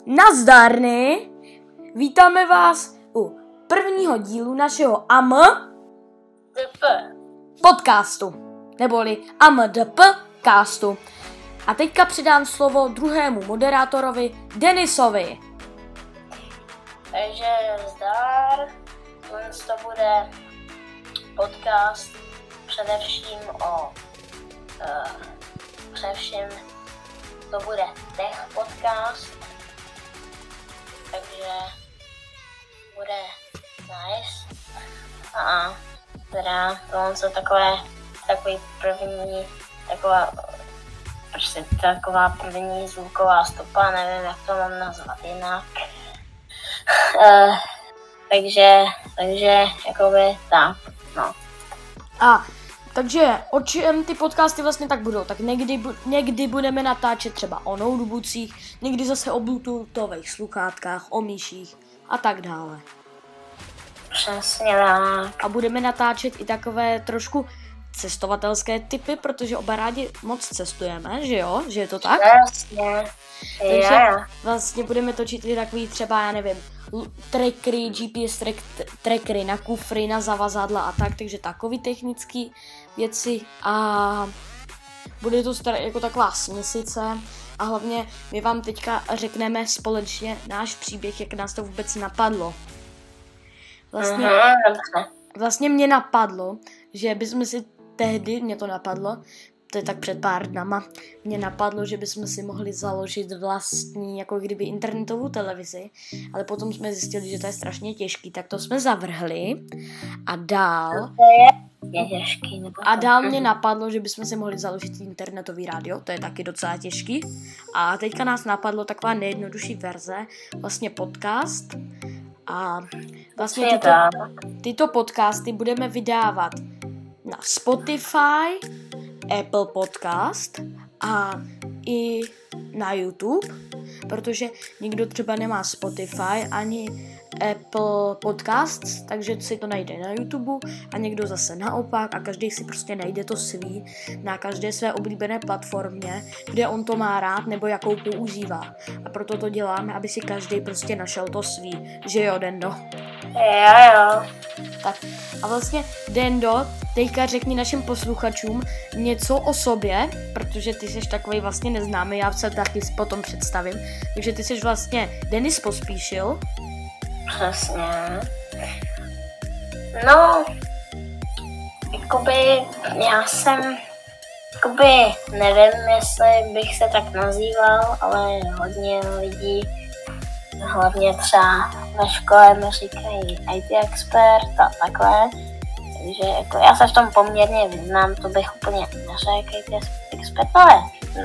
Nazdárny! Vítáme vás u prvního dílu našeho AMDP podcastu, neboli AMDP castu. A teďka předám slovo druhému moderátorovi, Denisovi. Takže zdar, dnes to bude podcast především to bude tech podcast, takže bude nice a teda to je taková první zvuková stopa, nevím, jak to mám nazvat jinak. Takže jakoby tak, no. Takže o čem ty podcasty vlastně tak budou? Tak někdy budeme natáčet třeba o notebookích, někdy zase o bluetoothových sluchátkách, o myších a tak dále. Přesně tak. A budeme natáčet i takové trošku cestovatelské typy, protože oba rádi moc cestujeme, že jo? Že je to tak? Přesně. Takže vlastně budeme točit i takový třeba, já nevím, trackery, GPS trackery na kufry, na zavazadla a tak, takže takový technický věci a bude to jako taková směsice a hlavně my vám teďka řekneme společně náš příběh, jak nás to vůbec napadlo. Vlastně mě napadlo, že bychom si mě to napadlo, to je tak před pár dnama, mě napadlo, že bychom si mohli založit vlastní, jako kdyby internetovou televizi, ale potom jsme zjistili, že to je strašně těžký, tak to jsme zavrhli a dál mě napadlo, že bychom si mohli založit internetový rádio, to je taky docela těžký a teďka nás napadlo taková nejjednodušší verze, vlastně podcast a vlastně tyto podcasty budeme vydávat na Spotify, Apple Podcast a i na YouTube, protože nikdo třeba nemá Spotify ani Apple Podcast, takže si to najde na YouTube a někdo zase naopak a každý si prostě najde to svý na každé své oblíbené platformě, kde on to má rád nebo jakou používá. A proto to děláme, aby si každý prostě našel to svý, že jo, Dendo? Jo. Tak a vlastně Dendo, teďka řekni našim posluchačům něco o sobě, protože ty jsi takovej vlastně neznámý, já se taky potom představím. Takže ty jsi vlastně Denis Pospíšil. Přesně. No, já jsem, nevím, jestli bych se tak nazýval, ale hodně lidí, hlavně třeba ve škole mi říkají IT expert a takhle. Takže jako já se v tom poměrně vyznám, to bych úplně neřekl IT expert, ale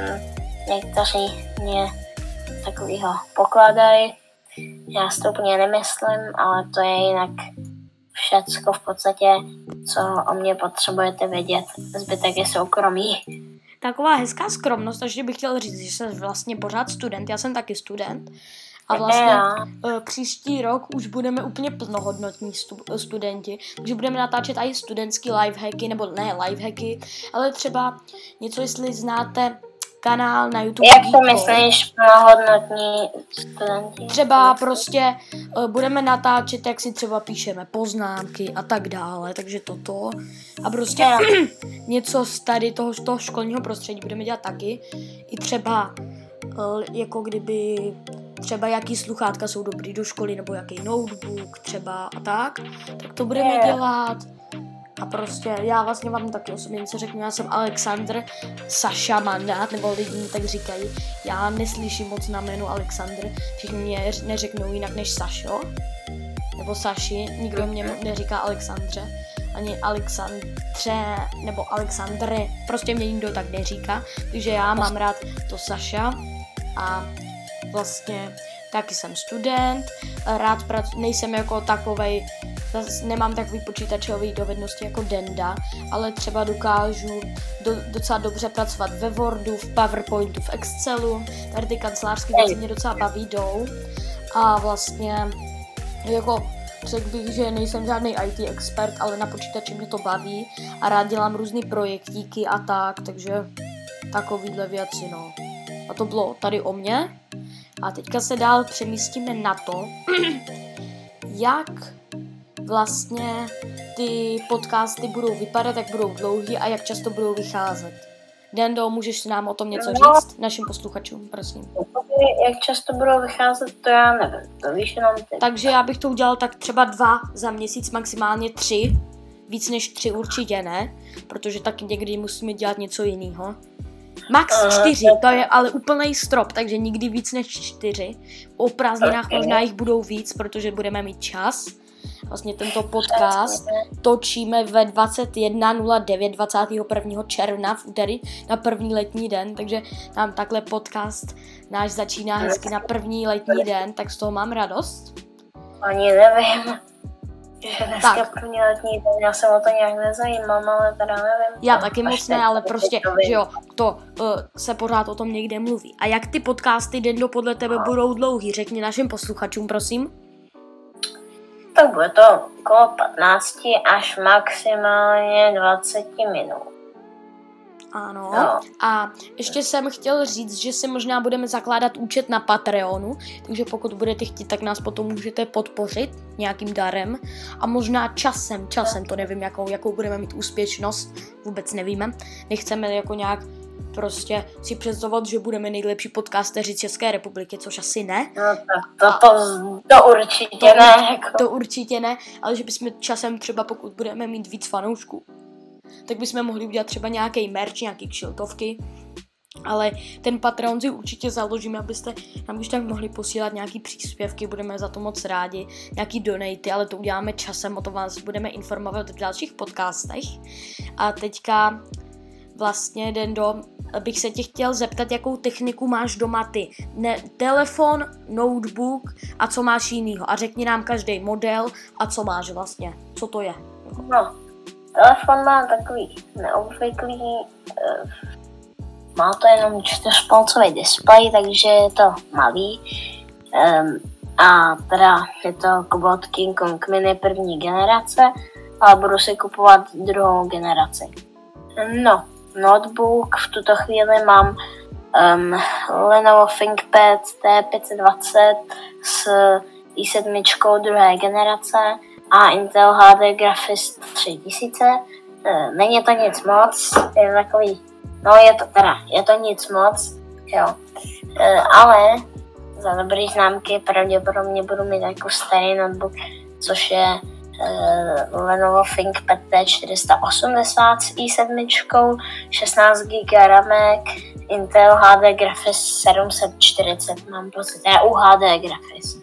někteří mě takovýho pokládají. Já si to úplně nemyslím, ale to je jinak všecko v podstatě, co o mě potřebujete vědět. Zbytek je soukromí. Taková hezká skromnost, takže bych chtěl říct, že jsem vlastně pořád student, já jsem taky student. A vlastně příští rok už budeme úplně plnohodnotní studenti, takže budeme natáčet i studentský lifehacky, nebo ne lifehacky, ale třeba něco, jestli znáte kanál na YouTube. Jak to myslíš plnohodnotní studenti? Třeba prostě budeme natáčet, jak si třeba píšeme poznámky a tak dále, takže toto. A prostě něco z tady toho školního prostředí budeme dělat taky. I třeba jako kdyby třeba jaký sluchátka jsou dobrý do školy, nebo jaký notebook třeba a tak to budeme dělat. A prostě já vlastně vám taky osobně něco řeknu, já jsem Alexandr Saša Mandát, nebo lidi mi tak říkají, já neslyším moc na jméno Alexandr, všichni mě neřeknou jinak než Sašo, nebo Saši, nikdo mě neříká Alexandře, ani Alexandře, nebo Alexandre, prostě mě nikdo tak neříká, takže já mám rád to Saša a vlastně taky jsem student, nejsem jako takovej, nemám takový počítačový dovednosti jako Denda, ale třeba dokážu docela dobře pracovat ve Wordu, v PowerPointu, v Excelu, tady ty kancelářské věci mě docela baví jdou a vlastně jako řekl bych, že nejsem žádný IT expert, ale na počítači mě to baví a rád dělám různý projektíky a tak, takže takovýhle věci, no. A to bylo tady o mně. A teďka se dál přemístíme na to, jak vlastně ty podcasty budou vypadat, jak budou dlouhý a jak často budou vycházet. Dendo, můžeš nám o tom něco říct našim posluchačům, prosím. Jak často budou vycházet, to já nevím, to víš jenom ty. Takže já bych to udělal tak třeba 2 za měsíc, maximálně 3. Víc než 3 určitě ne, protože taky někdy musíme dělat něco jiného. Max 4, to je ale úplný strop, takže nikdy víc než 4. O prázdninách možná jich budou víc, protože budeme mít čas. Vlastně tento podcast točíme ve 21:09 21. června v úterý na první letní den, takže nám takhle podcast náš začíná hezky na první letní den, tak z toho mám radost. Ani nevím, že dneska první letní den, já se o to nějak nezajímám, ale teda nevím. Já taky moc ne, ale prostě, že jo, to se pořád o tom někde mluví. A jak ty podcasty, Dendo, podle tebe budou dlouhý? Řekni našim posluchačům, prosím. Tak bude to okolo 15 až maximálně 20 minut. Ano. No. A ještě jsem chtěl říct, že si možná budeme zakládat účet na Patreonu, takže pokud budete chtít, tak nás potom můžete podpořit nějakým darem a možná časem, to nevím, jakou budeme mít úspěšnost, vůbec nevíme. Nechceme jako nějak prostě si představovat, že budeme nejlepší podcasteři České republiky, což asi ne. No to určitě ne. Jako. To určitě ne, ale že bychom časem třeba, pokud budeme mít víc fanoušků, tak bychom mohli udělat třeba nějaký merch, nějaký kšiltovky, ale ten Patreon si určitě založíme, abyste nám už tak mohli posílat nějaký příspěvky, budeme za to moc rádi, nějaký donaty, ale to uděláme časem, o to vás budeme informovat v dalších podcastech. A teďka vlastně, Dendo, bych se tě chtěl zeptat, jakou techniku máš doma ty. Telefon, notebook a co máš jinýho. A řekni nám každý model a co máš vlastně. Co to je? No, telefon má takový neobvyklý, má to jenom 4-palcový displej, takže je to malý. A teda je to Cobalt King Kong Mini první generace, ale budu si kupovat druhou generaci. No, notebook v tuto chvíli mám Lenovo ThinkPad T520 s i7 druhé generace a Intel HD Graphics 3000. Není to nic moc, je takový, no je to nic moc, jo. Ale za dobrý známky pravděpodobně budu mít jako starý notebook, což je Lenovo ThinkPad T480 s i7, 16 GB ramek, Intel HD Graphics 740, mám pocit, UHD Graphics.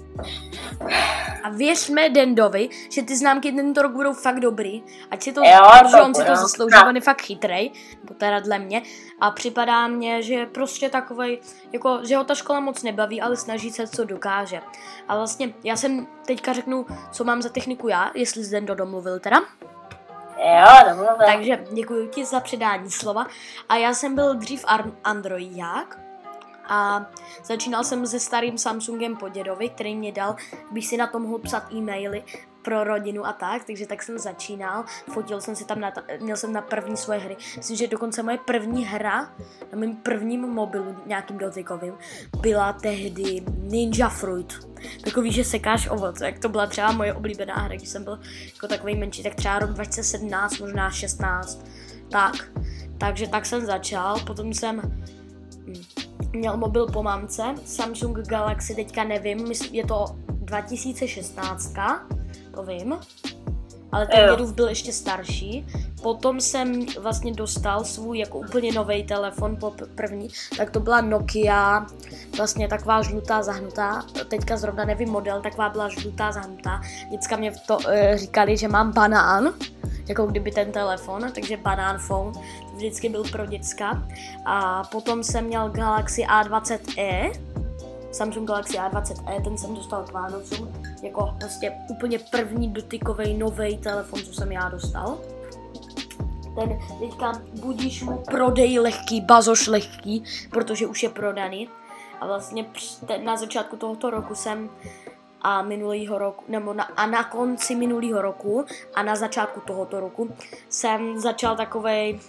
A věřme Dendovi, že ty známky tento rok budou fakt dobrý, ať si to, že on si to zaslouží, on je fakt chytrej, nebo teda dle mě, a připadá mně, že je prostě takovej, jako, že ho ta škola moc nebaví, ale snaží se, co dokáže. A vlastně, já jsem teďka řeknu, co mám za techniku já, jestli jsi Dendo domluvil teda. Jo, domluvil. Takže děkuji ti za předání slova. A já jsem byl dřív androidák, a začínal jsem se starým Samsungem po dědovi, který mě dal, bych si na tom mohl psat e-maily pro rodinu a tak, takže tak jsem začínal, fotil jsem si tam, měl jsem na první svoje hry, myslím, že dokonce moje první hra na mém prvním mobilu, nějakým dotykovým, byla tehdy Ninja Fruit, takový, že sekáš ovoce, jak to byla třeba moje oblíbená hra, když jsem byl jako takový menší, tak třeba rok 2017, možná 16, takže tak jsem začal, potom jsem měl mobil po mamce, Samsung Galaxy, teďka nevím, je to 2016, to vím, ale ten dědův byl ještě starší. Potom jsem vlastně dostal svůj jako úplně nový telefon po první, tak to byla Nokia, vlastně taková žlutá zahnutá, teďka zrovna nevím model, taková byla žlutá zahnutá, vždycky mě to říkali, že mám banán, jako kdyby ten telefon, takže banán phone, to vždycky byl pro děcka. A potom jsem měl Galaxy A20e, Samsung Galaxy A20e, ten jsem dostal k Vánocům, jako vlastně úplně první dotykový nový telefon, co jsem já dostal. Ten teďka budíš mu prodej lehký, bazoš lehký, protože už je prodaný. A vlastně na začátku tohoto roku jsem a minulýho roku, nebo na konci minulýho roku a na začátku tohoto roku jsem začal takovej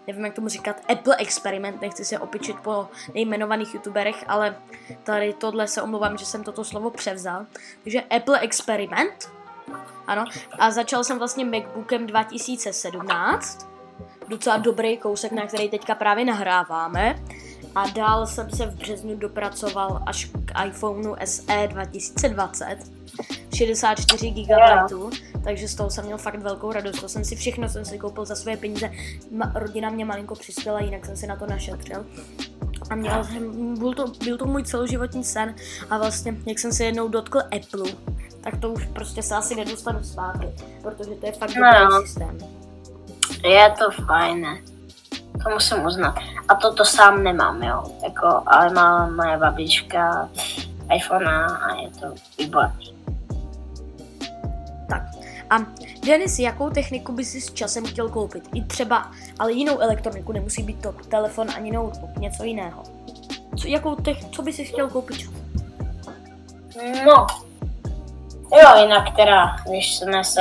nevím, jak tomu říkat, Apple experiment, nechci se opičit po nejmenovaných youtuberech, ale tady tohle se omlouvám, že jsem toto slovo převzal. Takže Apple experiment, ano, a začal jsem vlastně MacBookem 2017, docela dobrý kousek, na který teďka právě nahráváme, a dál jsem se v březnu dopracoval až k iPhoneu SE 2020, 64 GB, takže z toho jsem měl fakt velkou radost. To jsem si všechno koupil za své peníze, rodina mě malinko přispěla, jinak jsem si na to našetřil. A byl to můj celoživotní sen a vlastně, jak jsem se jednou dotkl Apple, tak to už prostě se asi nedostanu zpátky, protože to je fakt dobrý systém. Je to fajné. To musím uznat. A to sám nemám, jo. Jako, ale má moje babička iPhone a je to výborný. Tak. A Denis, jakou techniku bys si s časem chtěl koupit? I třeba, ale jinou elektroniku, nemusí být to telefon ani notebook, něco jiného. Co bys si chtěl koupit časem? No. Jo, jinak teda, když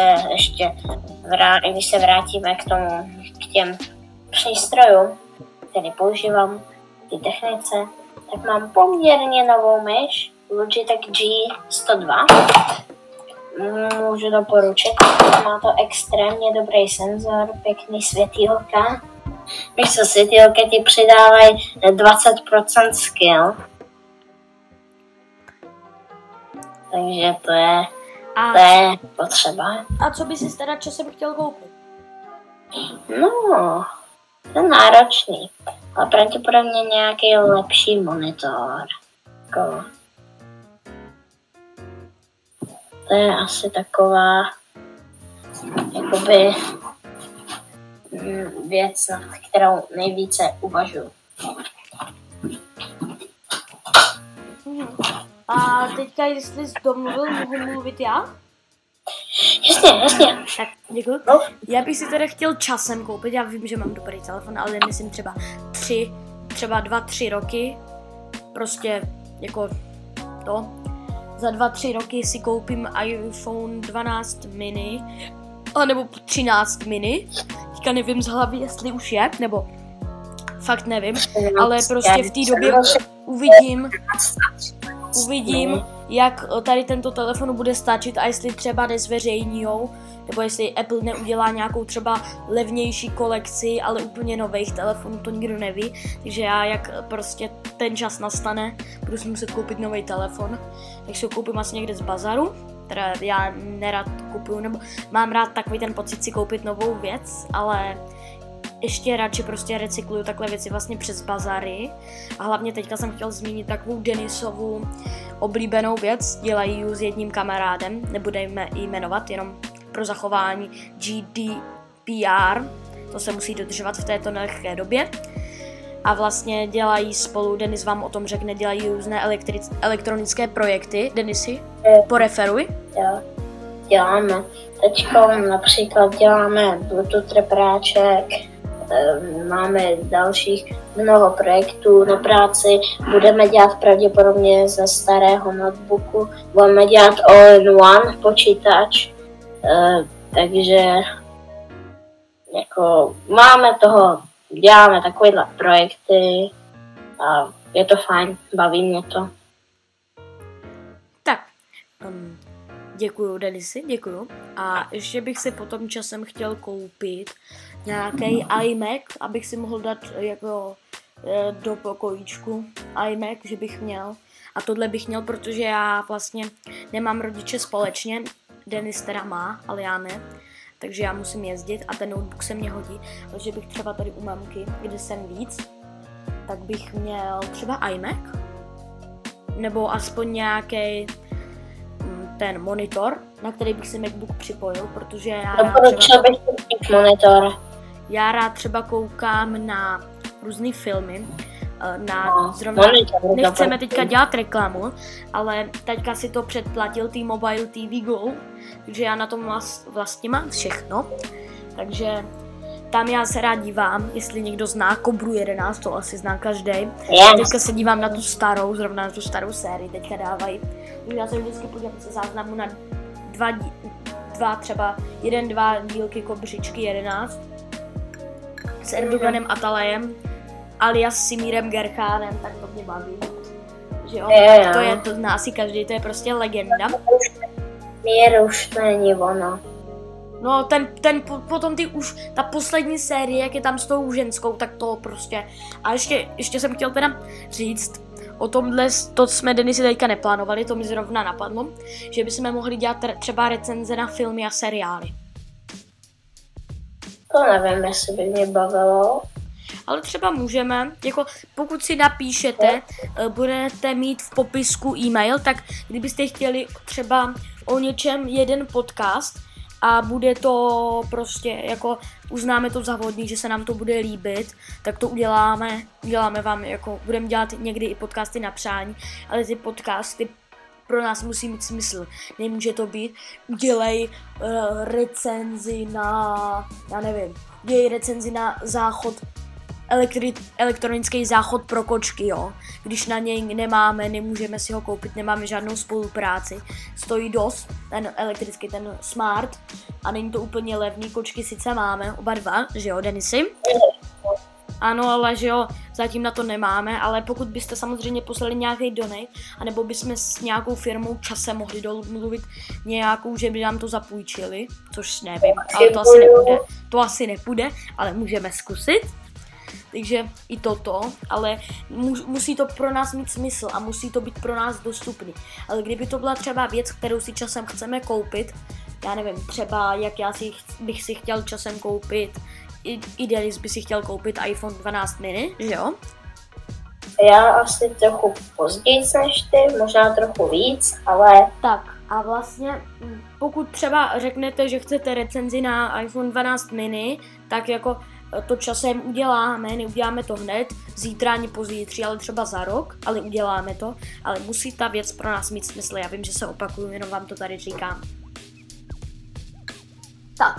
se vrátíme k těm přístrojům, který používám, ty technice, tak mám poměrně novou myš, Logitech G102. Můžu doporučit, má to extrémně dobrý senzor, pěkný světýlka. Místo světýlka ti přidávají 20% skill. Takže to je potřeba. A co bys si teda časem chtěl koupit? No, to je náročný, ale pravděpodobně nějaký lepší monitor. Jako, to je asi taková jakoby věc, nad kterou nejvíce uvažuji. A teďka, jestli jsi domluvil, mohu mluvit já? Jasně. Tak, děkuji. Já bych si teda chtěl časem koupit, já vím, že mám dobrý telefon, ale myslím třeba 2-3 roky, prostě jako to. Za 2-3 roky si koupím iPhone 12 mini, nebo 13 mini, teďka nevím z hlavy, jestli už je, nebo fakt nevím, ale prostě v té době uvidím, jak tady tento telefon bude stačit a jestli třeba nezveřejnijou, nebo jestli Apple neudělá nějakou třeba levnější kolekci, ale úplně nových telefonů, to nikdo neví. Takže já, jak prostě ten čas nastane, budu si muset koupit nový telefon, tak si ho koupím asi někde z bazaru. Teda já nerad kupuju, nebo mám rád takový ten pocit si koupit novou věc, ale ještě radši prostě recykluju takhle věci vlastně přes bazary. A hlavně teďka jsem chtěl zmínit takovou Denisovu oblíbenou věc, dělají ji s jedním kamarádem, nebudeme ji jmenovat, jenom pro zachování GDPR, to se musí dodržovat v této nelehké době. A vlastně dělají spolu, Denis vám o tom řekne, dělají různé elektronické projekty. Denisi, poreferuj. Jo, děláme. Teďka například děláme Bluetooth repráček, máme dalších mnoho projektů na práci, budeme dělat pravděpodobně ze starého notebooku, budeme dělat all-in-one počítač, takže jako máme toho, děláme takovéhle projekty a je to fajn, baví mě to. Tak, děkuju Denisi, děkuju. A ještě bych si potom časem chtěl koupit nějaký iMac, abych si mohl dát jako do pokojíčku iMac, že bych měl. A tohle bych měl, protože já vlastně nemám rodiče společně, Denis teda má, ale já ne. Takže já musím jezdit a ten notebook se mě hodí. Takže bych třeba tady u mamky, kde jsem víc, tak bych měl třeba iMac, nebo aspoň nějaký ten monitor, na který bych si MacBook připojil, protože já rád třeba koukám na různé filmy, nechceme teďka dělat reklamu, ale teďka si to předplatil T-Mobile TV Go, takže já na tom vlastně mám všechno, takže tam já se rád dívám, jestli někdo zná Kobru 11, to asi zná každý. Teďka se dívám na tu starou, zrovna na tu starou sérii, teďka dávají. Já se vždycky podívám se záznamu na dva dílky Kobřičky 11. s Erdoganem Atalajem, alias Simírem Gerkánem, tak to mě baví. Že jo, to zná si každý, to je prostě legenda. Mír už není ono. No, potom ta poslední série, jak je tam s tou ženskou, tak to prostě. A ještě jsem chtěl teda říct, o tomhle, to jsme Denisy teďka neplánovali, to mi zrovna napadlo, že bychom mohli dělat třeba recenze na filmy a seriály. To nevím, jestli by mě bavilo. Ale třeba můžeme, jako pokud si napíšete, budete mít v popisku e-mail, tak kdybyste chtěli třeba o něčem jeden podcast a bude to prostě, jako uznáme to za vhodný, že se nám to bude líbit, tak to uděláme vám, jako budeme dělat někdy i podcasty na přání, ale ty podcasty pro nás musí mít smysl. Nemůže to být, udělej recenzi na, já nevím, udělej recenzi na záchod, elektronický záchod pro kočky, jo. Když na něj nemáme, nemůžeme si ho koupit, nemáme žádnou spolupráci. Stojí dost, ten elektrický, ten smart, a není to úplně levný, kočky sice máme, oba dva, že jo, Denisy? Ano, ale že jo, zatím na to nemáme, ale pokud byste samozřejmě poslali nějaký donate, anebo bychom s nějakou firmou časem mohli domluvit nějakou, že by nám to zapůjčili, což nevím, ale to asi nepůjde, ale můžeme zkusit. Takže i toto, ale musí to pro nás mít smysl a musí to být pro nás dostupný. Ale kdyby to byla třeba věc, kterou si časem chceme koupit, já nevím, třeba jak bych si chtěl časem koupit, i Denis by si chtěl koupit iPhone 12 mini, že jo? Já asi trochu později než ty, možná trochu víc, ale... Tak a vlastně, pokud třeba řeknete, že chcete recenzi na iPhone 12 mini, tak jako to časem uděláme, neuděláme to hned, zítra ani pozítří, ale třeba za rok, ale uděláme to, ale musí ta věc pro nás mít smysl, já vím, že se opakuju, jenom vám to tady říkám. Tak.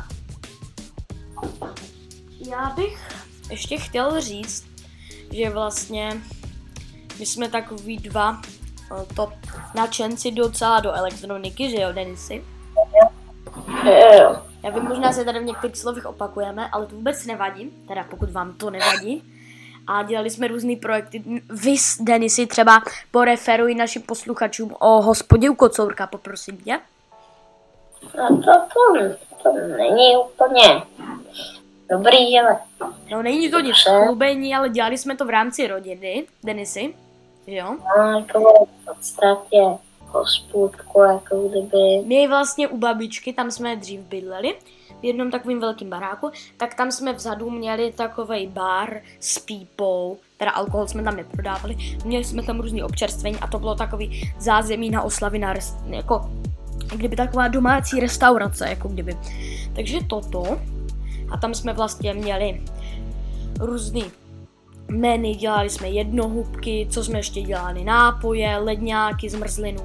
Já bych ještě chtěl říct, že vlastně my jsme takový dva top nadšenci docela do elektroniky, že jo, Denisy? Jo. Já vím, možná se tady v některých slovech opakujeme, ale to vůbec nevadí, teda pokud vám to nevadí. A dělali jsme různý projekty. Vy, Denisy, třeba poreferuj našim posluchačům o hospodě u Kocourka, poprosím tě. No to není úplně dobrý, ale... No není to nic chlubení, ale dělali jsme to v rámci rodiny, Denisy, že jo? No, jako v podstatě hospůdku, jako kdyby... My vlastně u babičky, tam jsme dřív bydleli, v jednom takovým velkým baráku, tak tam jsme vzadu měli takovej bar s pípou, teda alkohol jsme tam neprodávali, měli jsme tam různý občerstvení a to bylo takový zázemí na oslavy, jako kdyby taková domácí restaurace, jako kdyby. Takže toto, a tam jsme vlastně měli různý menu, dělali jsme jednohubky, co jsme ještě dělali, nápoje, ledňáky, zmrzlinu.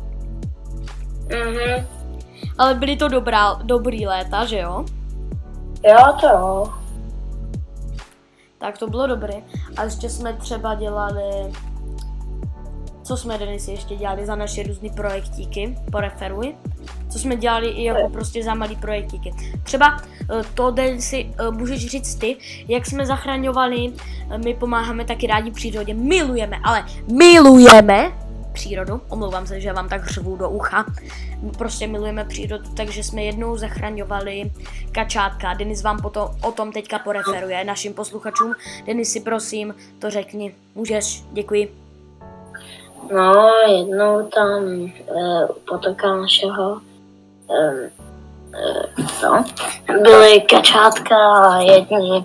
Mhm. Ale byly to dobrý léta, že jo? Jo, to jo. Tak to bylo dobré. A ještě jsme třeba dělali... Co jsme, Denisy, ještě dělali za naše různý projektíky? Poreferuj. Co jsme dělali i jako prostě za malý projektíky. Třeba to, Denisy, můžeš říct ty, jak jsme zachraňovali, my pomáháme taky rádi přírodě, milujeme přírodu, omlouvám se, že vám tak řvu do ucha, prostě milujeme přírodu, takže jsme jednou zachraňovali kačátka. Denis vám o tom teďka poreferuje našim posluchačům. Denisy, prosím, to řekni, můžeš, děkuji. No, jednou tam u potoka našeho byly kačátka a jedni,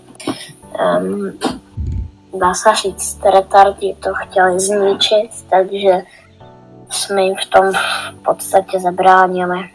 dá se říct, retardi to chtěli zničit, takže jsme jim v tom v podstatě zabránili.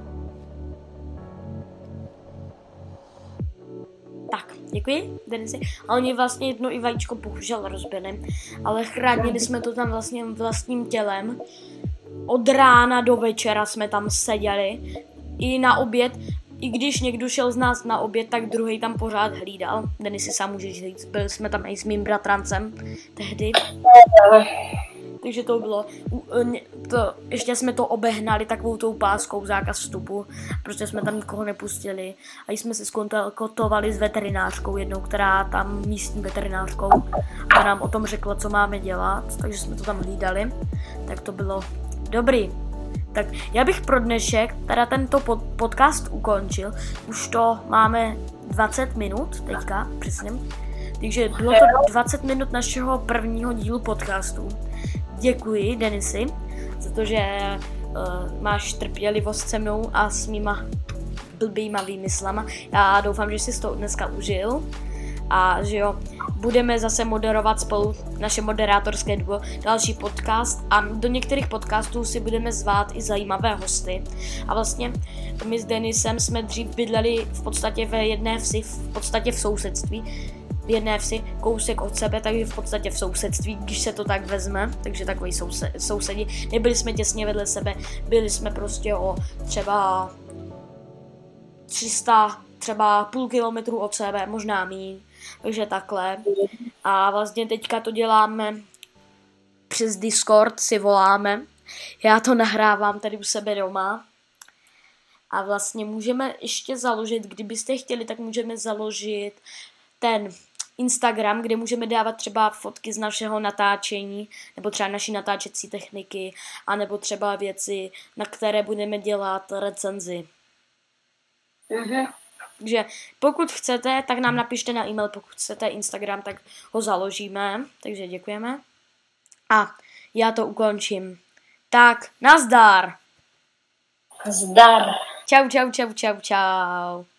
Tak, děkuji, Denisy. A oni vlastně jedno i vajíčko bohužel rozbili, ale chránili jsme to tam vlastně vlastním tělem. Od rána do večera jsme tam seděli, i na oběd, i když někdo šel z nás na oběd, tak druhý tam pořád hlídal. Denisy sám můžeš říct, byli jsme tam i s mým bratrancem tehdy. Takže to bylo, ještě jsme to obehnali takovou tou páskou zákaz vstupu, protože jsme tam nikoho nepustili a jsme se skontaktovali s veterinářkou jednou, která tam místní veterinářkou a nám o tom řekla, co máme dělat, takže jsme to tam hlídali, tak to bylo dobrý. Tak já bych pro dnešek teda tento podcast ukončil, už to máme 20 minut teďka, přesně, takže bylo to 20 minut našeho prvního dílu podcastu. Děkuji, Denisi, za to, že máš trpělivost se mnou a s mýma blbýma výmyslama. Já doufám, že jsi to dneska užil a že jo, budeme zase moderovat spolu naše moderátorské duo další podcast a do některých podcastů si budeme zvát i zajímavé hosty. A vlastně my s Denisem jsme dřív bydleli v podstatě ve jedné vsi, v podstatě v sousedství, v jedné vsi, kousek od sebe, takže v podstatě v sousedství, když se to tak vezme, takže takový sousedi. Nebyli jsme těsně vedle sebe, byli jsme prostě o třeba 300, třeba půl kilometru od sebe, možná míň, takže takhle. A vlastně teďka to děláme přes Discord, si voláme, já to nahrávám tady u sebe doma. A vlastně můžeme ještě založit, kdybyste chtěli, tak můžeme založit ten Instagram, kde můžeme dávat třeba fotky z našeho natáčení, nebo třeba naší natáčecí techniky, anebo třeba věci, na které budeme dělat recenzi. Takže pokud chcete, tak nám napište na e-mail, pokud chcete Instagram, tak ho založíme, takže děkujeme. A já to ukončím. Tak, nazdar! Zdar! Čau, čau, čau, čau, čau.